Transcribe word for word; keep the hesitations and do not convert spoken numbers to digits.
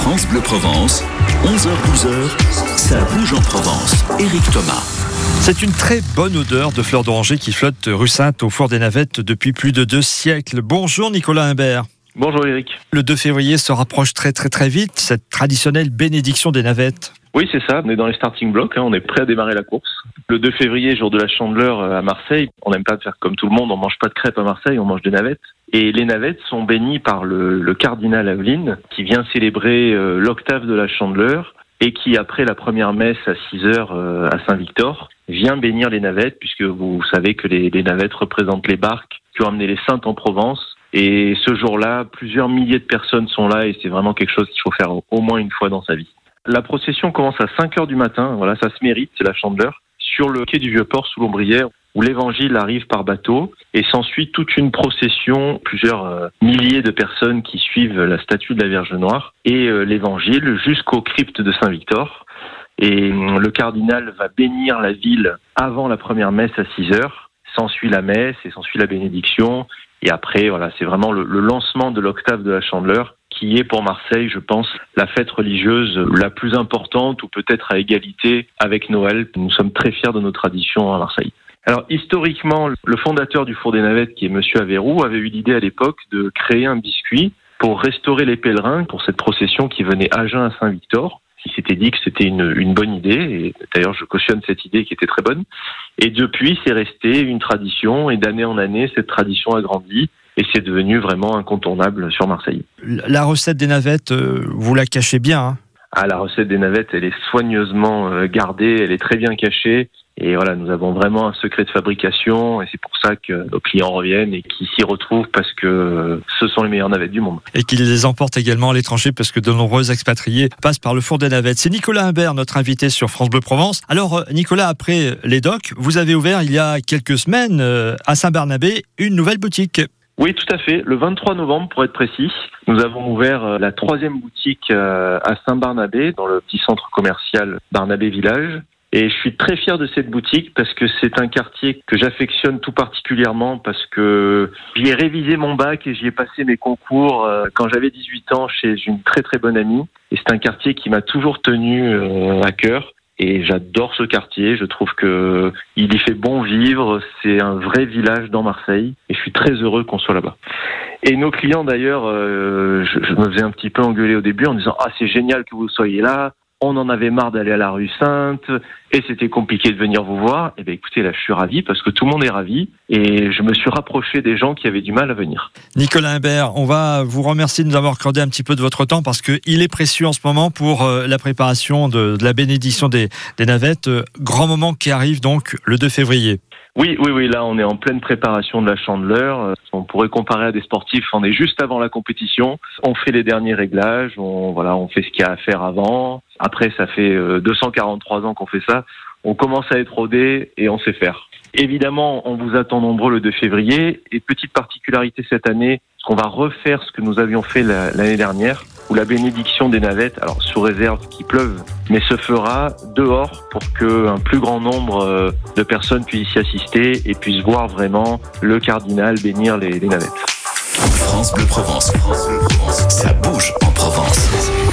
France Bleu Provence, onze heures douze heures, ça bouge en Provence. Éric Thomas. C'est une très bonne odeur de fleurs d'oranger qui flotte rue Sainte au Four des Navettes depuis plus de deux siècles. Bonjour Nicolas Imbert. Bonjour Éric. Le deux février se rapproche très très très vite, cette traditionnelle bénédiction des navettes. Oui, c'est ça, on est dans les starting blocks, hein, on est prêt à démarrer la course. Le deux février, jour de la Chandeleur à Marseille, on n'aime pas faire comme tout le monde, on mange pas de crêpes à Marseille, on mange des navettes. Et les navettes sont bénies par le, le cardinal Aveline, qui vient célébrer euh, l'octave de la Chandeleur, et qui, après la première messe à six heures euh, à Saint-Victor, vient bénir les navettes, puisque vous savez que les, les navettes représentent les barques qui ont amené les saintes en Provence. Et ce jour-là, plusieurs milliers de personnes sont là, et c'est vraiment quelque chose qu'il faut faire au moins une fois dans sa vie. La procession commence à cinq heures du matin, voilà, ça se mérite, c'est la Chandeleur, sur le quai du Vieux-Port sous l'Ombrière, où l'évangile arrive par bateau, et s'ensuit toute une procession, plusieurs euh, milliers de personnes qui suivent la statue de la Vierge Noire et euh, l'évangile jusqu'au crypte de Saint-Victor. Et euh, le cardinal va bénir la ville avant la première messe à six heures, s'ensuit la messe et s'ensuit la bénédiction, et après, voilà, c'est vraiment le, le lancement de l'octave de la Chandeleur, qui est pour Marseille, je pense, la fête religieuse la plus importante, ou peut-être à égalité avec Noël. Nous sommes très fiers de nos traditions à Marseille. Alors, historiquement, le fondateur du Four des Navettes, qui est Monsieur Averroux, avait eu l'idée à l'époque de créer un biscuit pour restaurer les pèlerins pour cette procession qui venait à Agen à Saint-Victor. Il s'était dit que c'était une, une bonne idée, et d'ailleurs je cautionne cette idée qui était très bonne. Et depuis, c'est resté une tradition, et d'année en année, cette tradition a grandi, et c'est devenu vraiment incontournable sur Marseille. La recette des navettes, euh, vous la cachez bien, hein ? Ah, la recette des navettes, elle est soigneusement euh, gardée, elle est très bien cachée. Et voilà, nous avons vraiment un secret de fabrication, et c'est pour ça que nos clients reviennent et qu'ils s'y retrouvent, parce que ce sont les meilleures navettes du monde. Et qu'ils les emportent également à l'étranger, parce que de nombreux expatriés passent par le Four des Navettes. C'est Nicolas Imbert, notre invité sur France Bleu Provence. Alors Nicolas, après les docks, vous avez ouvert il y a quelques semaines à Saint-Barnabé une nouvelle boutique. Oui, tout à fait. Le vingt-trois novembre, pour être précis, nous avons ouvert la troisième boutique à Saint-Barnabé, dans le petit centre commercial Barnabé Village. Et je suis très fier de cette boutique parce que c'est un quartier que j'affectionne tout particulièrement, parce que j'y ai révisé mon bac et j'y ai passé mes concours quand j'avais dix-huit ans chez une très très bonne amie. Et c'est un quartier qui m'a toujours tenu à cœur. Et j'adore ce quartier, je trouve que il y fait bon vivre, c'est un vrai village dans Marseille, et je suis très heureux qu'on soit là-bas. Et nos clients d'ailleurs, euh, je, je me faisais un petit peu engueuler au début en disant « Ah, c'est génial que vous soyez là !» On en avait marre d'aller à la rue Sainte et c'était compliqué de venir vous voir. Eh bien, écoutez, là, je suis ravi parce que tout le monde est ravi et je me suis rapproché des gens qui avaient du mal à venir. Nicolas Imbert, on va vous remercier de nous avoir accordé un petit peu de votre temps parce qu'il est précieux en ce moment pour la préparation de, de la bénédiction des, des navettes. Grand moment qui arrive donc le deux février. Oui, oui, oui, là on est en pleine préparation de la Chandeleur. On pourrait comparer à des sportifs, on est juste avant la compétition. On fait les derniers réglages, on, voilà, on fait ce qu'il y a à faire avant. Après, ça fait deux cent quarante-trois ans qu'on fait ça. On commence à être rodé et on sait faire. Évidemment, on vous attend nombreux le deux février. Et petite particularité cette année, qu'on va refaire ce que nous avions fait la, l'année dernière, où la bénédiction des navettes, alors sous réserve qu'il pleuve, mais se fera dehors pour qu'un plus grand nombre de personnes puissent y assister et puissent voir vraiment le cardinal bénir les, les navettes. France Bleu Provence. France Bleu Provence. Ça bouge en Provence.